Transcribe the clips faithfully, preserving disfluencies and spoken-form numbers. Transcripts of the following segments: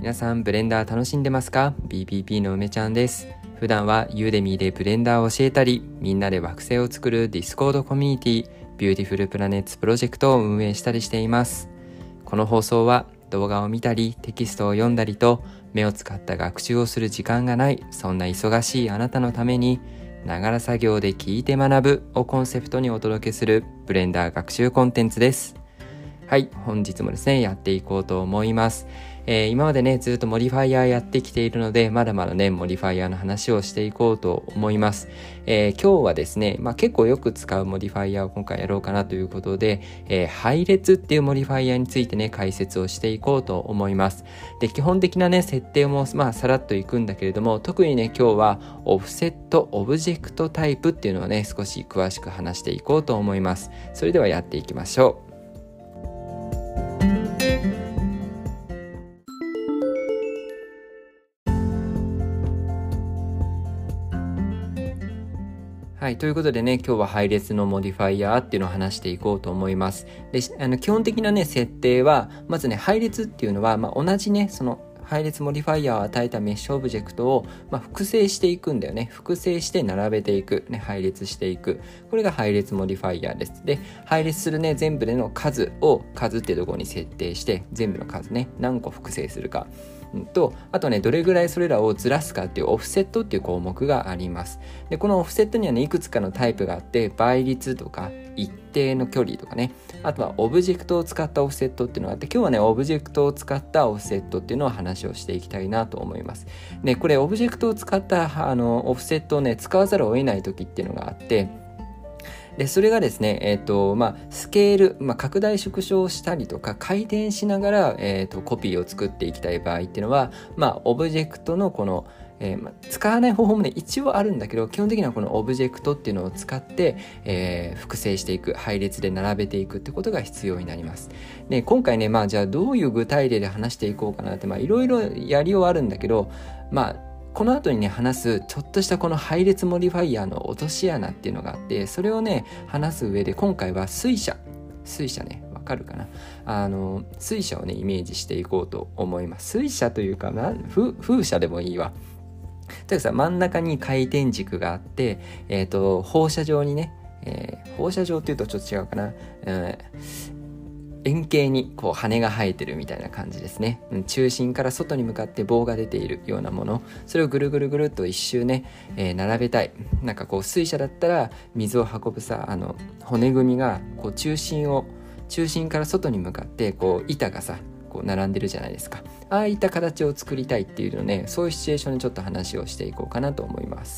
皆さんブレンダー楽しんでますか？ ビーピーピー の梅ちゃんです。普段はユーデミーでブレンダーを教えたり、みんなで惑星を作るディスコードコミュニティビューティフルプラネッツプロジェクトを運営したりしています。この放送は動画を見たりテキストを読んだりと目を使った学習をする時間がない、そんな忙しいあなたのためにながら作業で聞いて学ぶをコンセプトにお届けするブレンダー学習コンテンツです。はい、本日もですねやっていこうと思います。えー、今までねずっとモディファイヤーやってきているので、まだまだねモディファイヤーの話をしていこうと思います。えー、今日はですね、まあ、結構よく使うモディファイヤーを今回やろうかなということで、えー、配列っていうモディファイヤーについてね解説をしていこうと思います。で、基本的なね設定もまあさらっといくんだけれども、特にね今日はオフセットオブジェクトタイプっていうのをね少し詳しく話していこうと思います。それではやっていきましょう。はい、ということでね、今日は配列のモディファイヤーっていうのを話していこうと思います。で、あの基本的なね設定は、まずね配列っていうのは、まあ、同じねその配列モディファイヤーを与えたメッシュオブジェクトを、まあ、複製していくんだよね。複製して並べていく、ね、配列していく。これが配列モディファイヤーです。で、配列するね全部での数を数っていうところに設定して、全部の数ね何個複製するか。とあとねどれぐらいそれらをずらすかっていうオフセットっていう項目があります。でこのオフセットにはねいくつかのタイプがあって、倍率とか一定の距離とかね、あとはオブジェクトを使ったオフセットっていうのがあって、今日はねオブジェクトを使ったオフセットっていうのを話をしていきたいなと思います。でこれオブジェクトを使ったあのオフセットをね使わざるを得ない時っていうのがあって、でそれがですね、えーとまあ、スケール、まあ、拡大縮小したりとか回転しながら、えーとコピーを作っていきたい場合っていうのは、まあ、オブジェクトのこの、えーまあ、使わない方法もね一応あるんだけど、基本的にはこのオブジェクトっていうのを使って、えー、複製していく、配列で並べていくってことが必要になります。で今回ね、まあ、じゃあどういう具体例で話していこうかなって、まあ、いろいろやりようあるんだけど、まあこの後にね話すちょっとしたこの配列モディファイヤーの落とし穴っていうのがあって、それをね話す上で今回は水車水車ねわかるかな、あの水車をねイメージしていこうと思います。水車というかな、風風車でもいいわ。だからさ、真ん中に回転軸があって、えっと放射状にね、えー、放射状っていうとちょっと違うかな、うん円形にこう羽が生えてるみたいな感じですね、うん、中心から外に向かって棒が出ているようなもの、それをぐるぐるぐるっと一周ね、えー、並べたい。なんかこう水車だったら水を運ぶさ、あの骨組みがこう中心を中心から外に向かってこう板がさこう並んでるじゃないですか。ああいった形を作りたいっていうのね、そういうシチュエーションにちょっと話をしていこうかなと思います。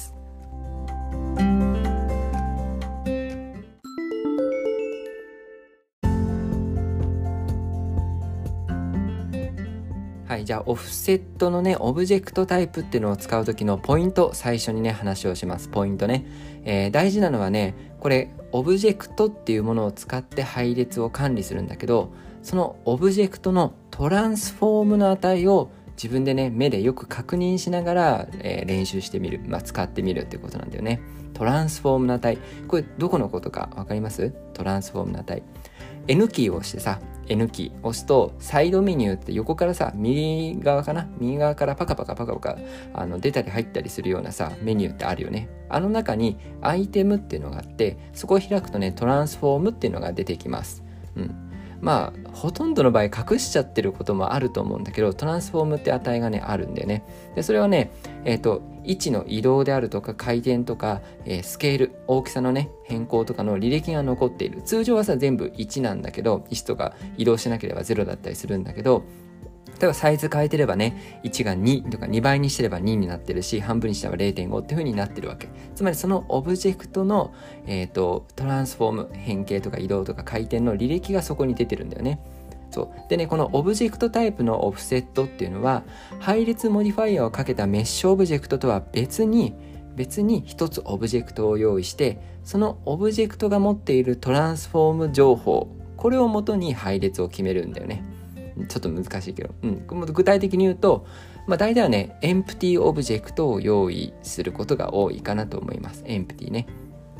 はい、じゃあオフセットのねオブジェクトタイプっていうのを使う時のポイント、最初にね話をします。ポイントね、えー、大事なのはね、これオブジェクトっていうものを使って配列を管理するんだけど、そのオブジェクトのトランスフォームの値を自分でね目でよく確認しながら、えー、練習してみる、まあ、使ってみるっていうことなんだよね。トランスフォームの値、これどこのことか分かります？トランスフォームの値、 N キーを押してさ、N キー押すとサイドメニューって横からさ、右側かな右側からパカパカパカパカあの出たり入ったりするようなさメニューってあるよね。あの中にアイテムっていうのがあって、そこを開くとねトランスフォームっていうのが出てきます。うんまあほとんどの場合隠しちゃってることもあると思うんだけど、トランスフォームって値がねあるんだよね。でそれはねえっと位置の移動であるとか回転とか、えー、スケール大きさのね変更とかの履歴が残っている。通常はさ全部いちなんだけど、いちとか移動しなければゼロだったりするんだけど、例えばサイズ変えてればねいちがにとかにばいにしてればにになってるし、半分にしてれば れいてんご っていう風になってるわけ。つまりそのオブジェクトの、えーと、トランスフォーム、変形とか移動とか回転の履歴がそこに出てるんだよね。そうでね、このオブジェクトタイプのオフセットっていうのは配列モディファイアをかけたメッシュオブジェクトとは別に別に一つオブジェクトを用意して、そのオブジェクトが持っているトランスフォーム情報、これをもとに配列を決めるんだよね。ちょっと難しいけど、うん、具体的に言うと、まあ、大体はねエンプティオブジェクトを用意することが多いかなと思います。エンプティね。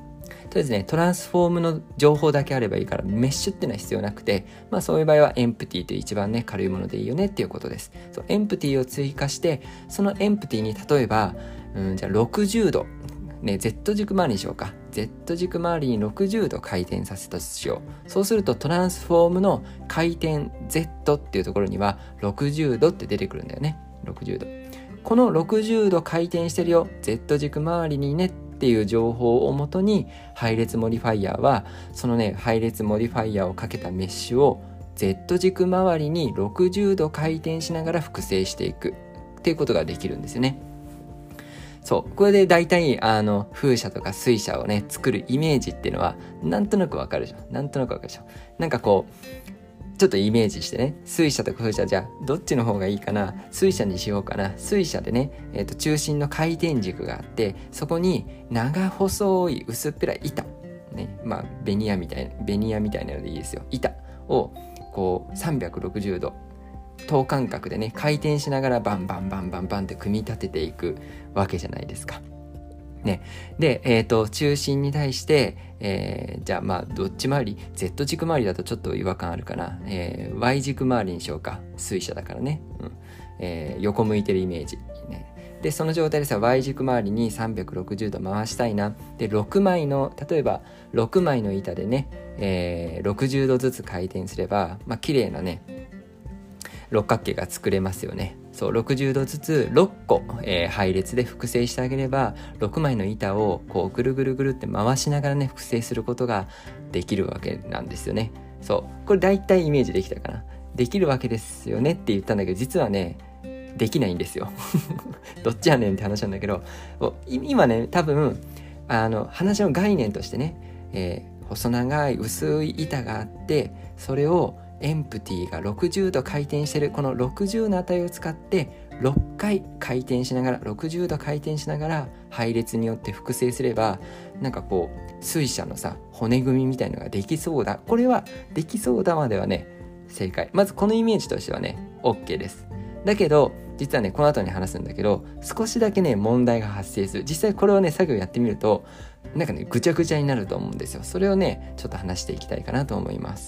りあえずねトランスフォームの情報だけあればいいからメッシュっていうのは必要なくて、まあそういう場合はエンプティという一番ね軽いものでいいよねっていうことです。そうエンプティを追加して、そのエンプティに例えば、うん、じゃあろくじゅうどね、Z 軸周りにしようか。Z 軸周りにろくじゅうど回転させたとしよう。そうするとトランスフォームの回転 Z っていうところにはろくじゅうどって出てくるんだよね。ろくじゅうど。このろくじゅうど回転してるよ。Z 軸周りにねっていう情報をもとに、配列モディファイヤーはそのね配列モディファイヤーをかけたメッシュを Z 軸周りにろくじゅうど回転しながら複製していくっていうことができるんですよね。そう。これで大体、あの、風車とか水車をね、作るイメージっていうのは、なんとなくわかるでしょ。なんとなくわかるでしょ。なんかこう、ちょっとイメージしてね、水車とか風車、じゃあ、どっちの方がいいかな。水車にしようかな。水車でね、えっと、中心の回転軸があって、そこに長細い薄っぺらい板。ね、まあ、ベニヤみたいな、ベニヤみたいなのでいいですよ。板を、こう、さんびゃくろくじゅうど。等間隔でね回転しながらバンバンバンバンバンって組み立てていくわけじゃないですか。ね、で、えーと、中心に対して、えー、じゃあまあどっち回り Z 軸回りだとちょっと違和感あるかな、えー、Y 軸回りにしようか。水車だからね、うんえー、横向いてるイメージ、ね、でその状態でさ Y 軸回りにさんびゃくろくじゅうど回したいな。でろくまいの例えばろくまいの板でね、えー、ろくじゅうどずつ回転すればまあ綺麗なね六角形が作れますよね。そうろくじゅうどずつろっこ、えー、配列で複製してあげればろくまいの板をこうぐるぐるぐるって回しながらね複製することができるわけなんですよね。そうこれ大体イメージできたかな。できるわけですよねって言ったんだけど、実はねできないんですよどっちやねんって話なんだけど、今ね多分あの話の概念としてね、えー、細長い薄い板があって、それをエンプティがろくじゅうど回転してるこのろくじゅうの値を使ってろっかい回転しながらろくじゅうど回転しながら配列によって複製すれば、なんかこう水車のさ骨組みみたいのができそうだ、これはできそうだまではね正解。まずこのイメージとしてはね OK です。だけど実はねこの後に話すんだけど、少しだけね問題が発生する。実際これをね作業やってみるとなんかねぐちゃぐちゃになると思うんですよ。それをねちょっと話していきたいかなと思います。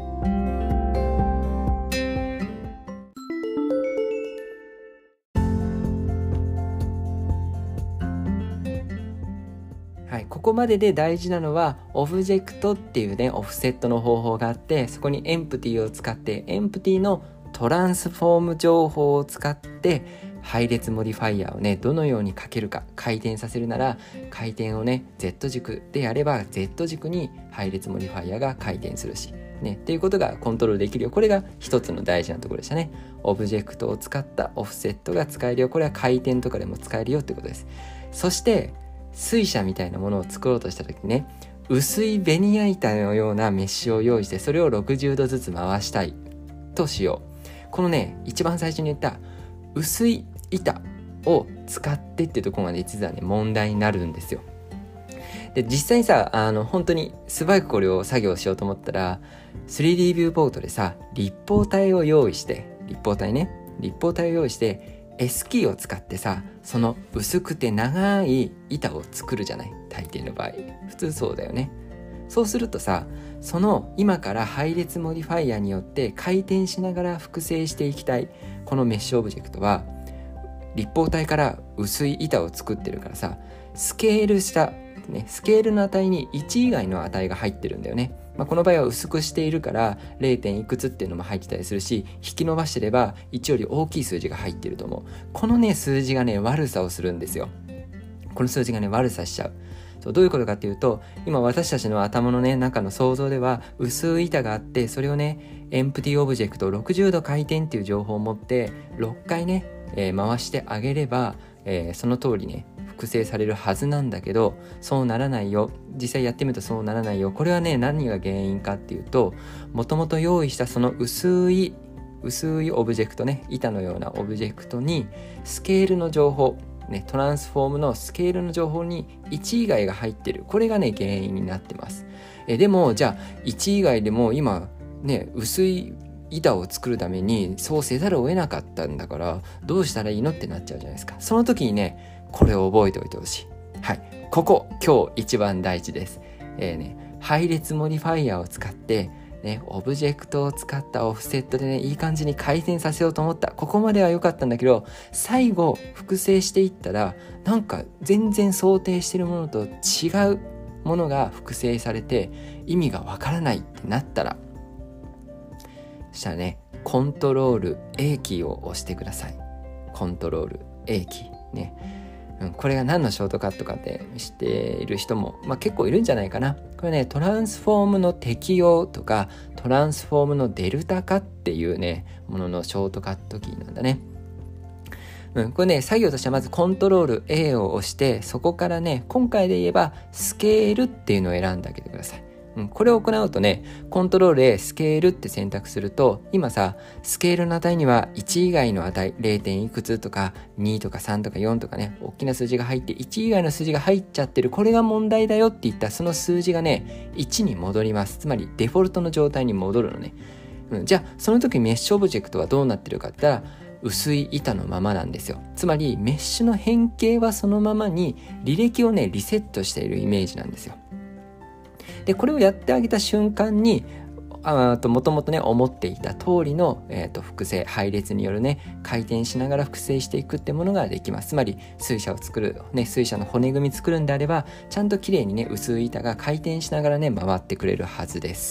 はい、ここまでで大事なのはオブジェクトっていうねオフセットの方法があって、そこにエンプティを使ってエンプティのトランスフォーム情報を使って配列モディファイヤーをねどのようにかけるか。回転させるなら回転をね Z 軸でやれば Z 軸に配列モディファイヤーが回転するしねっていうことがコントロールできるよ。これが一つの大事なところでしたね。オブジェクトを使ったオフセットが使えるよ。これは回転とかでも使えるよってことです。そして水車みたいなものを作ろうとした時にね、薄いベニヤ板のようなメッシュを用意して、それをろくじゅうどずつ回したいとしよう。このね一番最初に言った薄い板を使ってっていうところがね実はね問題になるんですよ。で実際にさあの本当に素早くこれを作業しようと思ったら スリーディー ビューポートでさ立方体を用意して立方体ね立方体を用意して S キーを使ってさその薄くて長い板を作るじゃない、大抵の場合。普通そうだよね。そうするとさその今から配列モディファイヤーによって回転しながら複製していきたいこのメッシュオブジェクトは立方体から薄い板を作ってるからさ、スケールした、ね、スケールの値にいち以外の値が入ってるんだよね。まあ、この場合は薄くしているから れい. いくつっていうのも入ってたりするし、引き伸ばしてればいちより大きい数字が入ってると思う。このね数字がね悪さをするんですよ。この数字がね悪さしちゃう。そうどういうことかっていうと、今私たちの頭のね中の想像では薄い板があって、それをねエンプティオブジェクトろくじゅうど回転っていう情報を持ってろっかいね、えー、回してあげれば、えー、その通りね複製されるはずなんだけど、そうならないよ。実際やってみるとそうならないよ。これはね何が原因かっていうと、もともと用意したその薄い薄いオブジェクトね、板のようなオブジェクトにスケールの情報ね、トランスフォームのスケールの情報にいち以外が入ってる。これがね原因になってます。えでもじゃあいち以外でも今ね薄い板を作るためにそうせざるを得なかったんだからどうしたらいいのってなっちゃうじゃないですか。その時にねこれを覚えておいてほしい。はい、ここ今日一番大事です。 えーね、配列モディファイヤーを使ってね、オブジェクトを使ったオフセットでね、いい感じに改善させようと思った。ここまでは良かったんだけど、最後複製していったら、なんか全然想定してるものと違うものが複製されて意味がわからないってなったら、そしたらね、コントロール A キーを押してください。コントロール A キーね。うん、これが何のショートカットかって知っている人も、まあ、結構いるんじゃないかな。これね、トランスフォームの適用とかトランスフォームのデルタ化っていうねもののショートカットキーなんだね。うん、これね、作業としてはまずコントロール A を押して、そこからね、今回で言えばスケールっていうのを選んであげてください。うん、これを行うとね、コントロール A スケールって選択すると、今さ、スケールの値には いち以外の値、れい. いくつとかにとかさんとかよんとかね、大きな数字が入っていち以外の数字が入っちゃってる、これが問題だよって言ったその数字がね、いちに戻ります。つまりデフォルトの状態に戻るのね。うん、じゃあその時メッシュオブジェクトはどうなってるかって言ったら、薄い板のままなんですよ。つまりメッシュの変形はそのままに履歴をねリセットしているイメージなんですよ。でこれをやってあげた瞬間にあともともとね思っていた通りの、えー、と複製配列によるね回転しながら複製していくってものができます。つまり水車を作る、ね、水車の骨組み作るんであればちゃんときれいにね薄い板が回転しながらね回ってくれるはずです。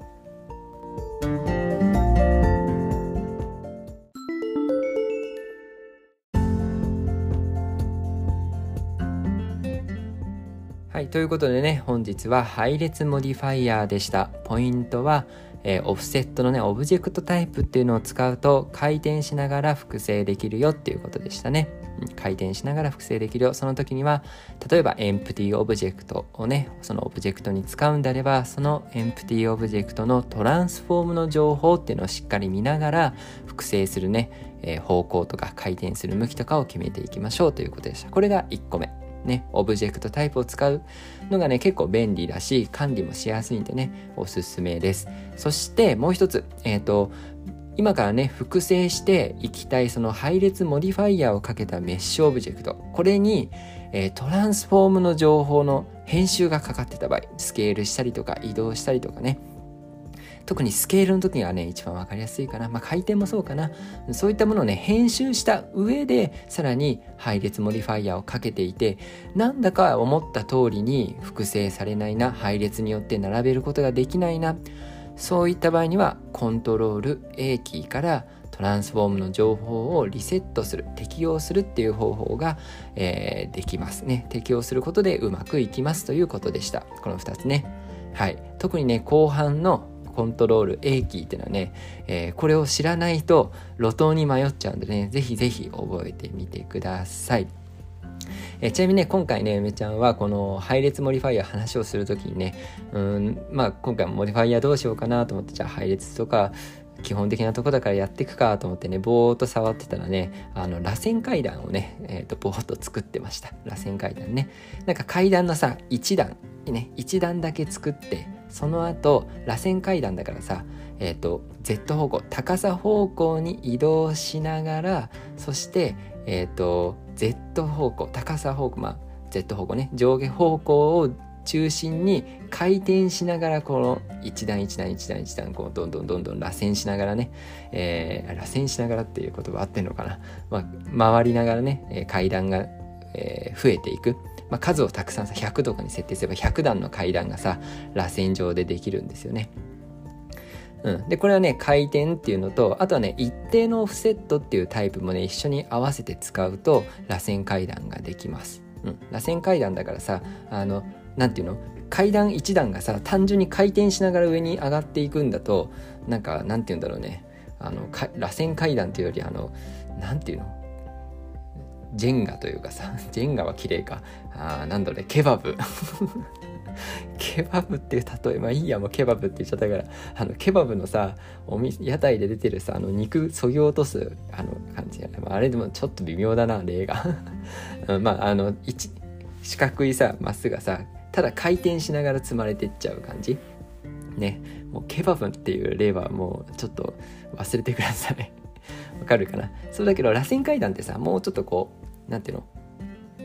はい、ということでね、本日は配列モディファイヤーでした。ポイントは、えー、オフセットのね、オブジェクトタイプっていうのを使うと回転しながら複製できるよっていうことでしたね。うん、回転しながら複製できるよ。その時には、例えばエンプティオブジェクトをね、そのオブジェクトに使うんであれば、そのエンプティオブジェクトのトランスフォームの情報っていうのをしっかり見ながら複製するね、えー、方向とか回転する向きとかを決めていきましょうということでした。これがいっこめ。ね、オブジェクトタイプを使うのがね結構便利だし管理もしやすいんでねおすすめです。そしてもう一つ、えーと、今からね複製していきたいその配列モディファイヤーをかけたメッシュオブジェクト、これに、えー、トランスフォームの情報の編集がかかってた場合、スケールしたりとか移動したりとかね、特にスケールの時がね一番わかりやすいかな、まあ、回転もそうかな、そういったものをね編集した上でさらに配列モディファイヤーをかけていて、なんだか思った通りに複製されないな、配列によって並べることができないな、そういった場合にはコントロール A キーからトランスフォームの情報をリセットする、適用するっていう方法が、えー、できますね。適用することでうまくいきますということでした。このふたつね。はい。特にね後半のコントロール A キーっていうのはね、えー、これを知らないと路頭に迷っちゃうんでね、ぜひぜひ覚えてみてください。えー、ちなみにね今回ね梅ちゃんはこの配列モディファイヤー話をするときにね、うんまあ今回モディファイヤーどうしようかなと思って、じゃあ配列とか基本的なとこだからやっていくかと思ってねぼーっと触ってたらね、あの螺旋階段をね、えー、とぼーっと作ってました。螺旋階段ね、なんか階段のさ一段ね一段だけ作って、その後螺旋階段だからさ、えーと Z 方向、高さ方向に移動しながら、そしてえっ、ー、と Z 方向、高さ方向、まあ Z 方向ね、上下方向を中心に回転しながら、この一段一段一段一段こうどんどんどんどん螺旋しながらね、えー、螺旋しながらっていう言葉合ってんのかな、まあ、回りながらね階段が、えー、増えていく。まあ、数をたくさんさひゃくとかに設定すればひゃく段の階段がさ螺旋状でできるんですよね。うん、でこれはね回転っていうのと、あとはね一定のオフセットっていうタイプもね一緒に合わせて使うと螺旋階段ができます。うん、螺旋階段だからさ、あのなんていうの、階段一段がさ単純に回転しながら上に上がっていくんだと、なんかなんていうんだろうね、あの螺旋階段っていうよりあのなんていうの、ジェンガというかさ、ジェンガは綺麗か、あなんだろうね、ケバブケバブっていう例え、まあいいや、もうケバブって言っちゃったから、あのケバブのさお店屋台で出てるさ、あの肉そぎ落とすあの感じやね、まあ、あれでもちょっと微妙だな例がまああの一四角いさまっすぐがさただ回転しながら積まれてっちゃう感じね。もうケバブっていう例はもうちょっと忘れてくださいわかるかな。そうだけど螺旋階段ってさ、もうちょっとこうなんていうの、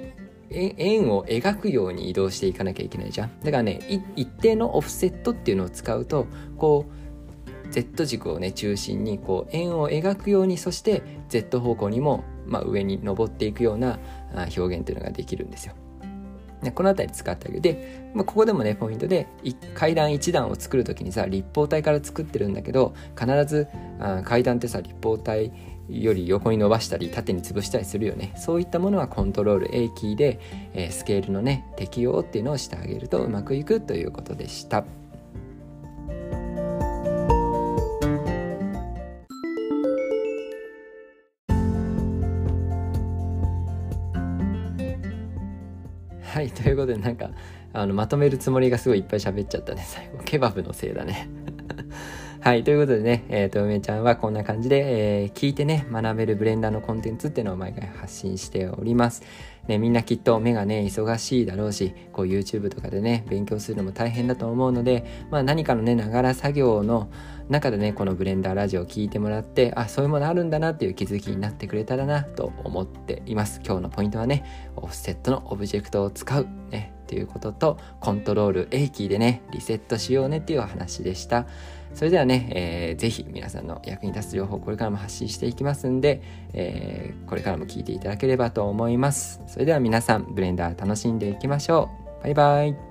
円を描くように移動していかなきゃいけないじゃん。だからね一定のオフセットっていうのを使うとこう Z 軸をね中心にこう円を描くように、そして Z 方向にも、まあ、上に登っていくような表現っていうのができるんですよ。このあたり使ってあげて、まあ、ここでもねポイントで階段いち段を作るときにさ立方体から作ってるんだけど、必ずあ階段ってさ立方体より横に伸ばしたり縦に潰したりするよね。そういったものはコントロール A キーで、えー、スケールのね適用っていうのをしてあげるとうまくいくということでした。はい、ということでなんかあのまとめるつもりがすごいいっぱい喋っちゃったね。最後ケバブのせいだねはい、ということでね、えー、と梅ちゃんはこんな感じで、えー、聞いてね学べるブレンダーのコンテンツっていうのを毎回発信しております。ね、みんなきっと目がね忙しいだろうし、こう YouTube とかでね勉強するのも大変だと思うので、まあ、何かのねながら作業の中でねこのブレンダーラジオを聞いてもらって、あそういうものあるんだなっていう気づきになってくれたらなと思っています。今日のポイントはねオフセットのオブジェクトを使うねっていうことと、コントロール A キーでねリセットしようねっていうお話でした。それではね、えー、ぜひ皆さんの役に立つ情報をこれからも発信していきますんで、えー、これからも聞いていただければと思います。それでは皆さんブレンダー楽しんでいきましょう。バイバイ。